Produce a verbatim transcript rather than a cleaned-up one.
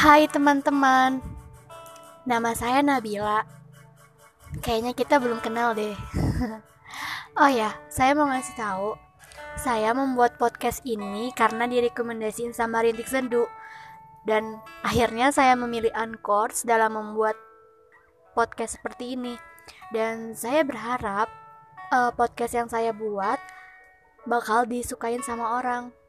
Hai teman-teman, nama saya Nabila. Kayaknya kita belum kenal deh. Oh ya, saya mau ngasih tahu. Saya membuat podcast ini karena direkomendasiin sama Rintik Sendu. Dan akhirnya saya memilih Anchors dalam membuat podcast seperti ini. Dan saya berharap uh, podcast yang saya buat bakal disukain sama orang.